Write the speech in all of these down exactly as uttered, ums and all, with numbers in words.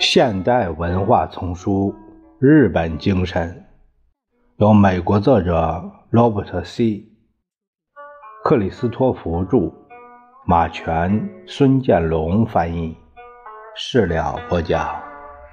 现代文化丛书《日本精神》，由美国作者罗伯特 C. 克里斯托弗著，马全、孙建龙翻译，事了播讲。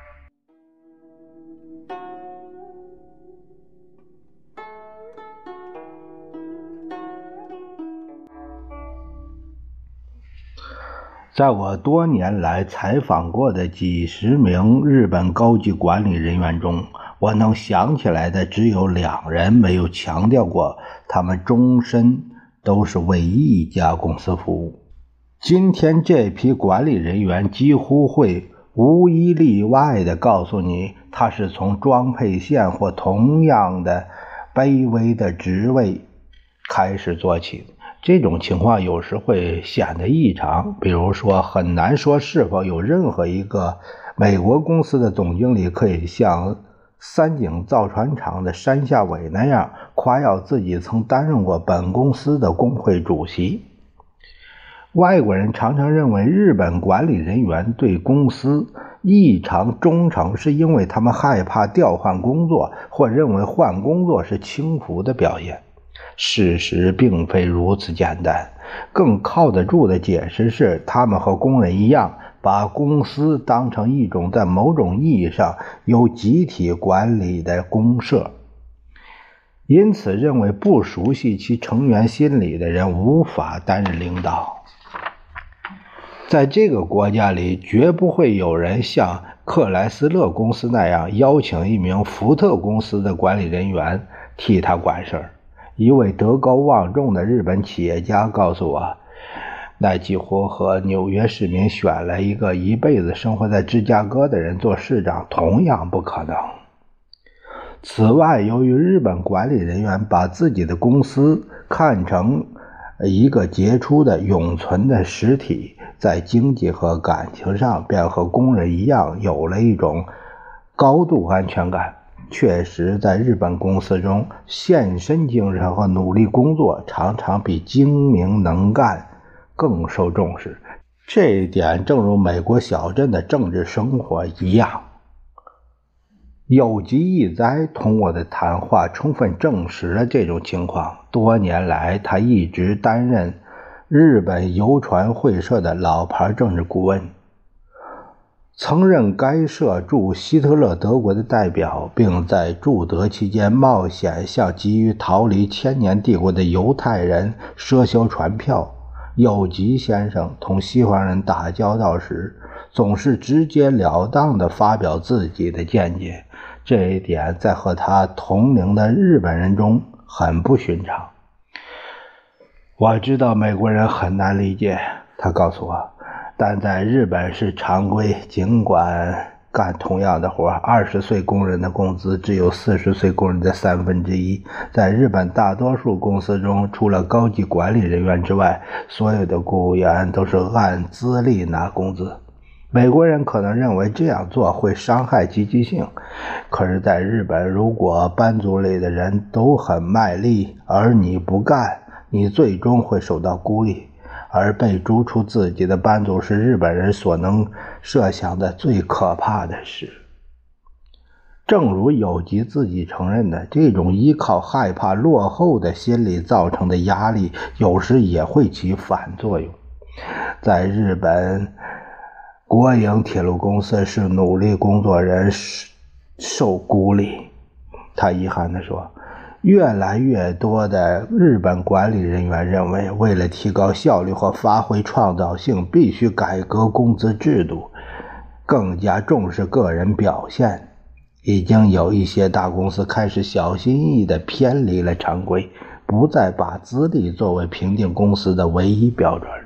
在我多年来采访过的几十名日本高级管理人员中，我能想起来的只有两人没有强调过他们终身都是为一家公司服务。今天这批管理人员几乎会无一例外地告诉你，他是从装配线或同样的卑微的职位开始做起。这种情况有时会显得异常，比如说很难说是否有任何一个美国公司的总经理可以像三井造船厂的山下伟那样夸耀自己曾担任过本公司的工会主席。外国人常常认为日本管理人员对公司异常忠诚是因为他们害怕调换工作，或认为换工作是轻浮的表现。事实并非如此简单，更靠得住的解释是，他们和工人一样，把公司当成一种在某种意义上由集体管理的公社，因此认为不熟悉其成员心理的人无法担任领导。在这个国家里，绝不会有人像克莱斯勒公司那样邀请一名福特公司的管理人员替他管事儿。一位德高望重的日本企业家告诉我，那几乎和纽约市民选了一个一辈子生活在芝加哥的人做市长同样不可能。此外，由于日本管理人员把自己的公司看成一个杰出的永存的实体，在经济和感情上便和工人一样有了一种高度安全感。确实，在日本公司中，献身精神和努力工作常常比精明能干更受重视。这一点正如美国小镇的政治生活一样。有吉义哉同我的谈话充分证实了这种情况。多年来，他一直担任日本邮传会社的老牌政治顾问，曾任该社驻希特勒德国的代表，并在驻德期间冒险向急于逃离千年帝国的犹太人赊销船票。有吉先生同西方人打交道时，总是直截了当地发表自己的见解，这一点在和他同龄的日本人中很不寻常。我知道美国人很难理解，他告诉我，但在日本是常规，尽管干同样的活，二十岁工人的工资只有四十岁工人的三分之一。在日本大多数公司中，除了高级管理人员之外，所有的雇员都是按资历拿工资。美国人可能认为这样做会伤害积极性，可是在日本，如果班组里的人都很卖力，而你不干，你最终会受到孤立。而被逐出自己的班组是日本人所能设想的最可怕的事。正如有吉自己承认的，这种依靠害怕落后的心理造成的压力有时也会起反作用。在日本，国营铁路公司是努力工作人受孤立。他遗憾地说，越来越多的日本管理人员认为，为了提高效率和发挥创造性，必须改革工资制度，更加重视个人表现。已经有一些大公司开始小心翼翼地偏离了常规，不再把资历作为评定公司的唯一标准。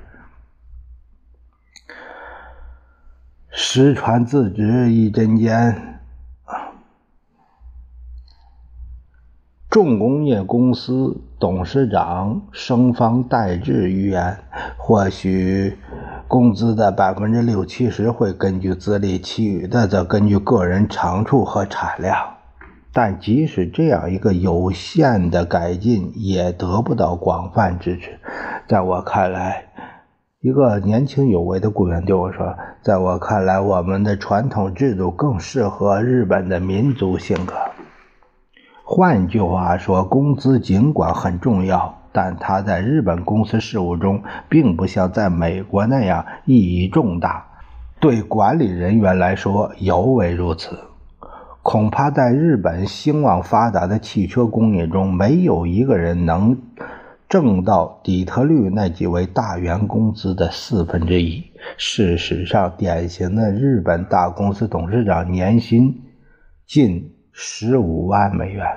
实传自职一针间，重工业公司董事长生方代志预言，或许工资的 百分之六七十 会根据资历，其余的则根据个人长处和产量。但即使这样一个有限的改进也得不到广泛支持。在我看来， 一个年轻有为的雇员对我说，在我看来，我们的传统制度更适合日本的民族性格。换句话说，工资尽管很重要，但它在日本公司事务中并不像在美国那样意义重大，对管理人员来说尤为如此。恐怕在日本兴旺发达的汽车工业中，没有一个人能挣到底特律那几位大员工资的四分之一。事实上，典型的日本大公司董事长年薪近十五万美元，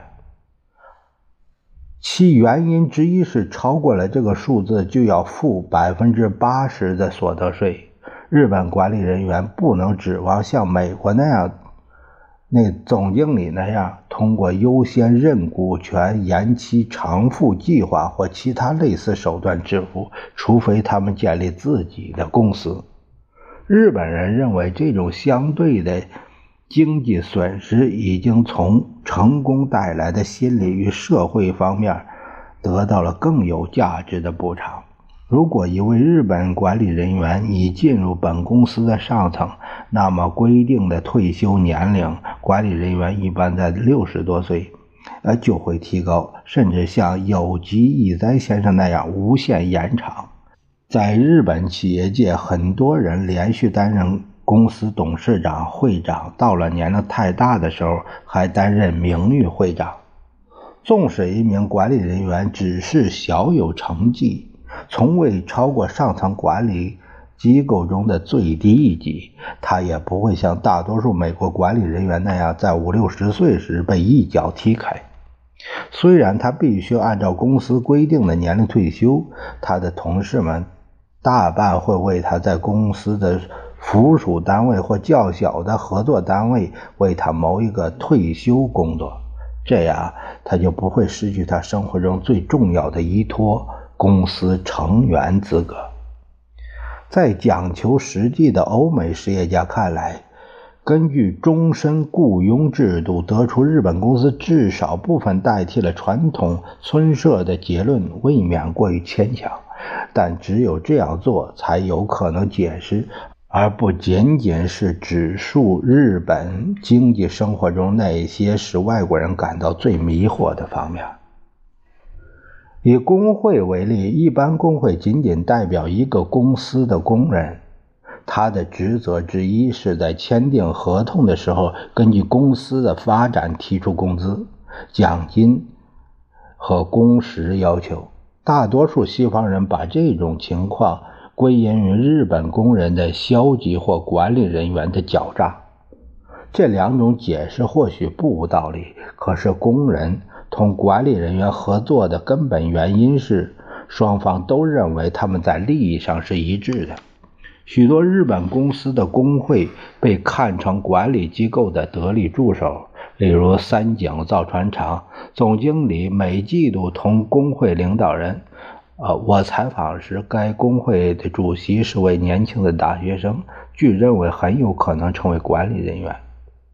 其原因之一是超过了这个数字就要付 百分之八十 的所得税。日本管理人员不能指望像美国那样那总经理那样通过优先认股权、延期偿付计划或其他类似手段致富，除非他们建立自己的公司。日本人认为这种相对的经济损失已经从成功带来的心理与社会方面得到了更有价值的补偿。如果一位日本管理人员已进入本公司的上层，那么规定的退休年龄，管理人员一般在六十多岁呃就会提高，甚至像有吉义哉先生那样无限延长。在日本企业界，很多人连续担任公司董事长、会长，到了年龄太大的时候还担任名誉会长。纵使一名管理人员只是小有成绩，从未超过上层管理机构中的最低一级，他也不会像大多数美国管理人员那样在五六十岁时被一脚踢开。虽然他必须按照公司规定的年龄退休，他的同事们大半会为他在公司的附属单位或较小的合作单位为他谋一个退休工作，这样他就不会失去他生活中最重要的依托——公司成员资格。在讲求实际的欧美实业家看来，根据终身雇佣制度得出日本公司至少部分代替了传统村社的结论未免过于牵强，但只有这样做才有可能解释，而不仅仅是指述日本经济生活中那些使外国人感到最迷惑的方面。以工会为例，一般工会仅仅代表一个公司的工人，他的职责之一是在签订合同的时候，根据公司的发展提出工资、奖金和工时要求。大多数西方人把这种情况归因于日本工人的消极或管理人员的狡诈。这两种解释或许不无道理，可是工人同管理人员合作的根本原因是，双方都认为他们在利益上是一致的。许多日本公司的工会被看成管理机构的得力助手，例如三井造船厂总经理每季度同工会领导人呃，我采访时，该工会的主席是位年轻的大学生，据认为很有可能成为管理人员。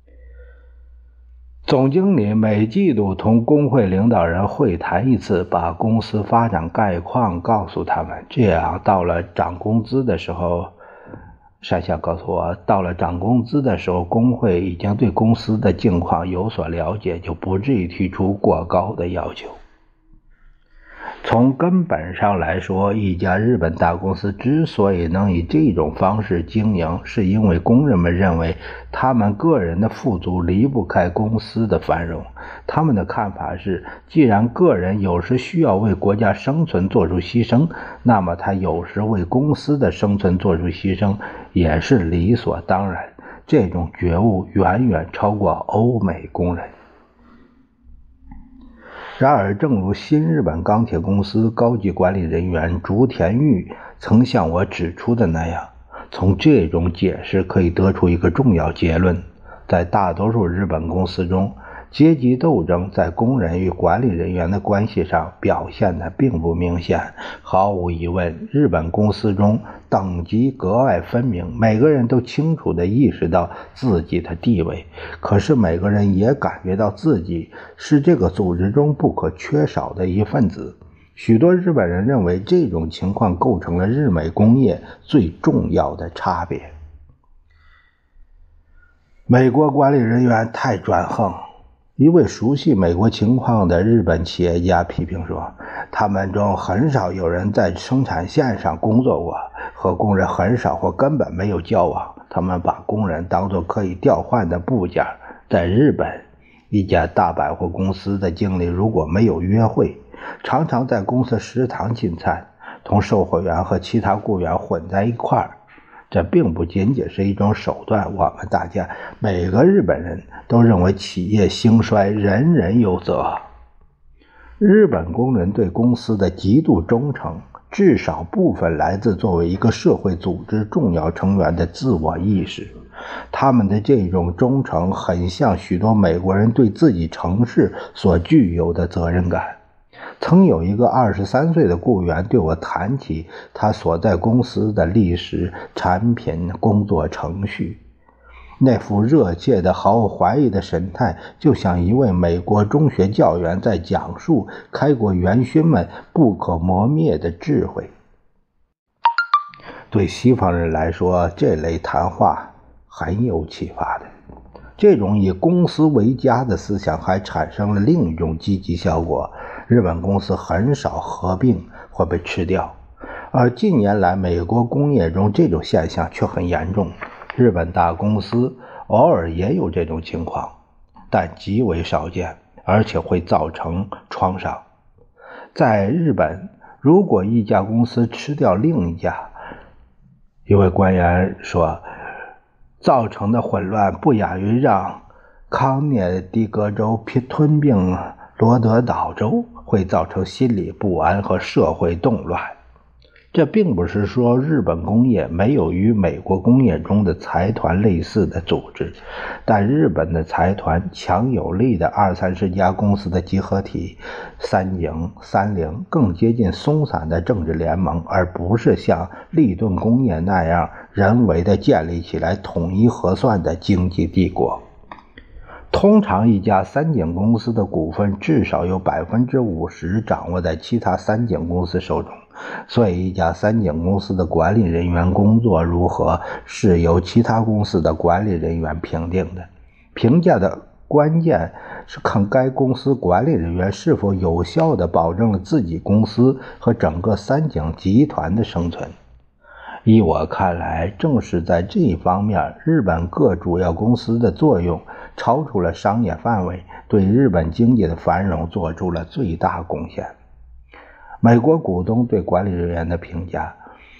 总经理每季度同工会领导人会谈一次，把公司发展概况告诉他们，这样到了涨工资的时候，山下告诉我，到了涨工资的时候，工会已经对公司的境况有所了解，就不至于提出过高的要求。从根本上来说，一家日本大公司之所以能以这种方式经营，是因为工人们认为他们个人的富足离不开公司的繁荣。他们的看法是，既然个人有时需要为国家生存做出牺牲，那么他有时为公司的生存做出牺牲也是理所当然。这种觉悟远远超过欧美工人。然而，正如新日本钢铁公司高级管理人员竹田裕曾向我指出的那样，从这种解释可以得出一个重要结论：在大多数日本公司中，阶级斗争在工人与管理人员的关系上表现得并不明显。毫无疑问，日本公司中等级格外分明，每个人都清楚地意识到自己的地位，可是每个人也感觉到自己是这个组织中不可缺少的一份子。 许多日本人认为这种情况构成了日美工业最重要的差别。美国管理人员太专横。一位熟悉美国情况的日本企业家批评说，他们中很少有人在生产线上工作过，和工人很少或根本没有交往，他们把工人当作可以调换的部件。在日本，一家大百货公司的经理如果没有约会，常常在公司食堂进餐，同售货员和其他雇员混在一块儿。这并不仅仅是一种手段，我们大家每个日本人都认为企业兴衰人人有责。日本工人对公司的极度忠诚，至少部分来自作为一个社会组织重要成员的自我意识。他们的这种忠诚很像许多美国人对自己城市所具有的责任感。曾有一个二十三岁的雇员对我谈起他所在公司的历史、产品、工作程序，那副热切的、毫无怀疑的神态，就像一位美国中学教员在讲述开国元勋们不可磨灭的智慧。对西方人来说，这类谈话很有启发的。这种以公司为家的思想还产生了另一种积极效果，日本公司很少合并或被吃掉，而近年来美国工业中这种现象却很严重。日本大公司偶尔也有这种情况，但极为少见，而且会造成创伤。在日本，如果一家公司吃掉另一家，一位官员说，造成的混乱不亚于让康涅狄格州吞并罗德岛州，会造成心理不安和社会动乱。这并不是说日本工业没有与美国工业中的财团类似的组织，但日本的财团强有力的二三十家公司的集合体，三井、三菱更接近松散的政治联盟，而不是像利顿工业那样人为的建立起来统一核算的经济帝国。通常一家三井公司的股份至少有 百分之五十 掌握在其他三井公司手中，所以一家三井公司的管理人员工作如何是由其他公司的管理人员评定的。评价的关键是看该公司管理人员是否有效地保证了自己公司和整个三井集团的生存。依我看来，正是在这一方面，日本各主要公司的作用超出了商业范围，对日本经济的繁荣做出了最大贡献。美国股东对管理人员的评价，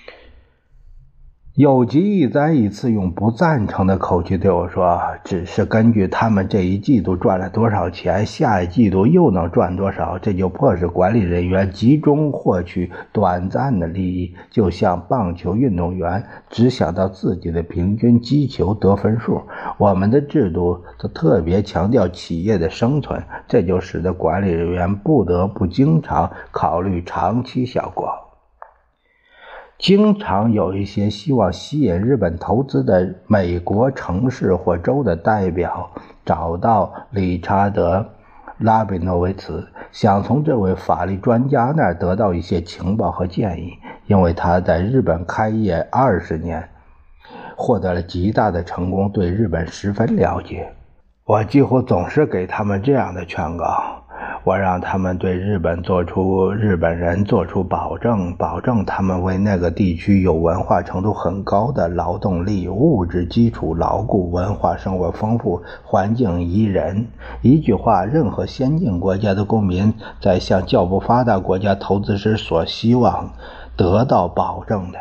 有吉一再一次用不赞成的口气对我说，只是根据他们这一季度赚了多少钱，下一季度又能赚多少，这就迫使管理人员集中获取短暂的利益，就像棒球运动员只想到自己的平均击球得分数。我们的制度则特别强调企业的生存，这就使得管理人员不得不经常考虑长期效果。经常有一些希望吸引日本投资的美国城市或州的代表找到理查德·拉比诺维茨，想从这位法律专家那儿得到一些情报和建议，因为他在日本开业二十年，获得了极大的成功，对日本十分了解。我几乎总是给他们这样的劝告，我让他们对日本做出日本人做出保证，保证他们为那个地区有文化程度很高的劳动力，物质基础牢固，文化生活丰富，环境宜人。一句话，任何先进国家的公民在向较不发达国家投资时所希望得到保证的。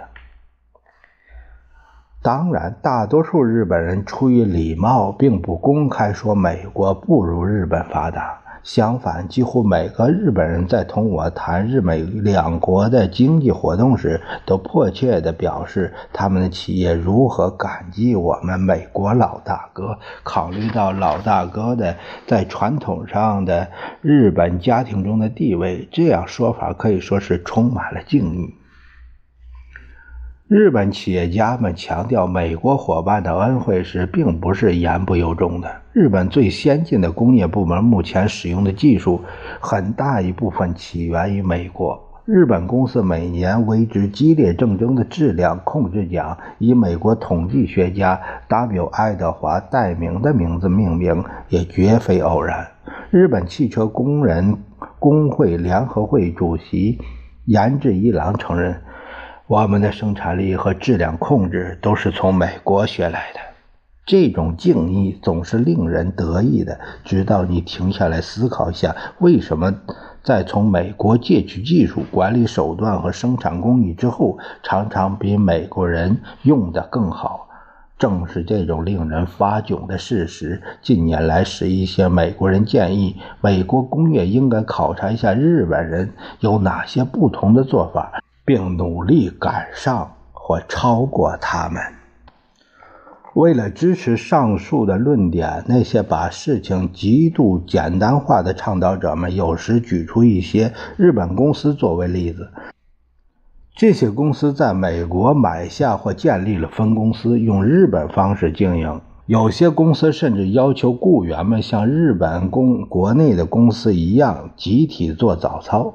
当然，大多数日本人出于礼貌并不公开说美国不如日本发达，相反，几乎每个日本人在同我谈日美两国的经济活动时，都迫切地表示他们的企业如何感激我们美国老大哥。考虑到老大哥的在传统上的日本家庭中的地位，这样说法可以说是充满了敬意。 日本企业家们强调美国伙伴的恩惠时，并不是言不由衷的。日本最先进的工业部门目前使用的技术，很大一部分起源于美国。日本公司每年为之激烈竞争的质量控制奖，以美国统计学家 W. 爱德华·戴明的名字命名，也绝非偶然。日本汽车工人工会联合会主席岩治一郎承认，我们的生产力和质量控制都是从美国学来的。这种敬意总是令人得意的，直到你停下来思考一下，为什么在从美国借取技术、管理手段和生产工艺之后，常常比美国人用得更好。正是这种令人发窘的事实，近年来使一些美国人建议美国工业应该考察一下日本人有哪些不同的做法，并努力赶上或超过他们。为了支持上述的论点，那些把事情极度简单化的倡导者们有时举出一些日本公司作为例子。这些公司在美国买下或建立了分公司，用日本方式经营。有些公司甚至要求雇员们像日本公国内的公司一样集体做早操，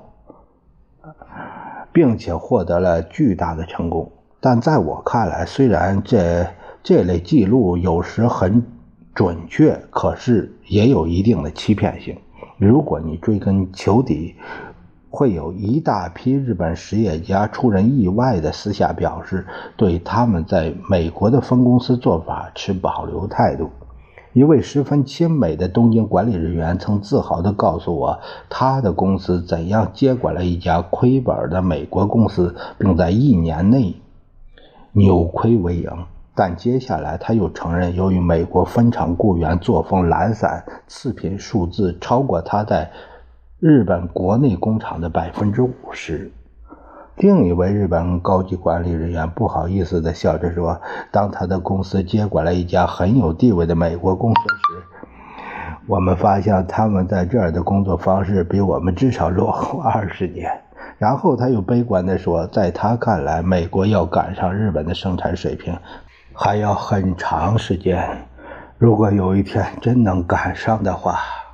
并且获得了巨大的成功。但在我看来，虽然这这类记录有时很准确，可是也有一定的欺骗性。如果你追根求底，会有一大批日本实业家出人意外的私下表示，对他们在美国的分公司做法持保留态度。一位十分亲美的东京管理人员曾自豪地告诉我，他的公司怎样接管了一家亏本的美国公司，并在一年内扭亏为盈。但接下来他又承认，由于美国分厂雇员作风懒散，次品数字超过他在日本国内工厂的 百分之五十。 另一位日本高级管理人员不好意思地笑着说，当他的公司接管了一家很有地位的美国公司时，我们发现他们在这儿的工作方式比我们至少落后二十年。然后他又悲观地说，在他看来，美国要赶上日本的生产水平还要很长时间，如果有一天真能赶上的话。